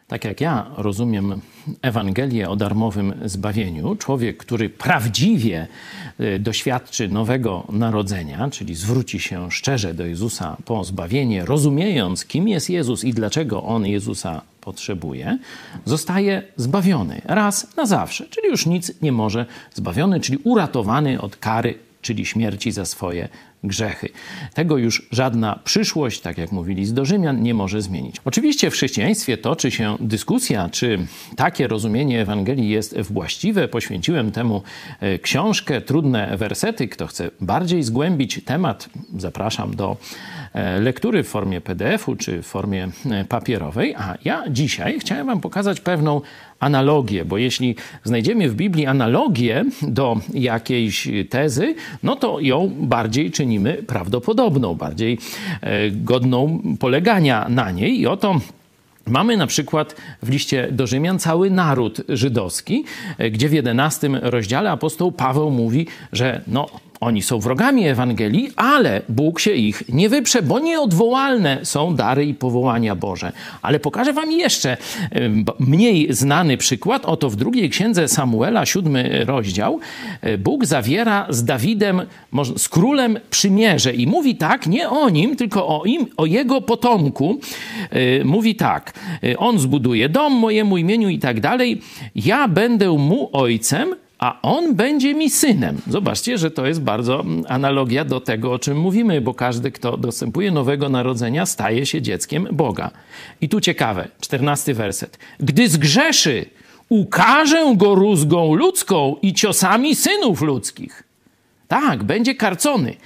Tak jak ja rozumiem Ewangelię o darmowym zbawieniu, człowiek, który prawdziwie doświadczy nowego narodzenia, czyli zwróci się szczerze do Jezusa po zbawienie, rozumiejąc, kim jest Jezus i dlaczego On Jezusa potrzebuje, zostaje zbawiony raz na zawsze, czyli już nic nie może, zbawiony, czyli uratowany od kary, czyli śmierci za swoje grzechy. Tego już żadna przyszłość, tak jak mówili do Rzymian, nie może zmienić. Oczywiście w chrześcijaństwie toczy się dyskusja, czy takie rozumienie Ewangelii jest właściwe. Poświęciłem temu książkę, trudne wersety. Kto chce bardziej zgłębić temat, zapraszam do lektury w formie PDF-u czy w formie papierowej. A ja dzisiaj chciałem wam pokazać pewną analogię, bo jeśli znajdziemy w Biblii analogię do jakiejś tezy, no to ją bardziej czynimy prawdopodobną, bardziej godną polegania na niej. I oto mamy na przykład w liście do Rzymian cały naród żydowski, gdzie w 11 rozdziale apostoł Paweł mówi, że oni są wrogami Ewangelii, ale Bóg się ich nie wyprze, bo nieodwołalne są dary i powołania Boże. Ale pokażę wam jeszcze mniej znany przykład. Oto w drugiej księdze Samuela, 7 rozdział, Bóg zawiera z Dawidem, z królem przymierze i mówi tak, nie o nim, tylko o jego potomku. Mówi tak, on zbuduje dom mojemu imieniu i tak dalej. Ja będę mu ojcem, a on będzie mi synem. Zobaczcie, że to jest bardzo analogia do tego, o czym mówimy, bo każdy, kto dostępuje nowego narodzenia, staje się dzieckiem Boga. I tu ciekawe, 14 werset. Gdy zgrzeszy, ukażę go rózgą ludzką i ciosami synów ludzkich. Tak, będzie karcony.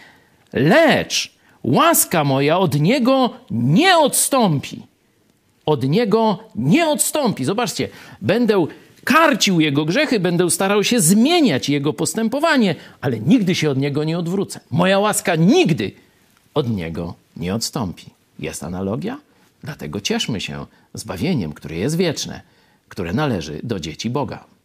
Lecz łaska moja od niego nie odstąpi. Od niego nie odstąpi. Zobaczcie, będę karcił jego grzechy, będę starał się zmieniać jego postępowanie, ale nigdy się od niego nie odwrócę. Moja łaska nigdy od niego nie odstąpi. Jest analogia? Dlatego cieszmy się zbawieniem, które jest wieczne, które należy do dzieci Boga.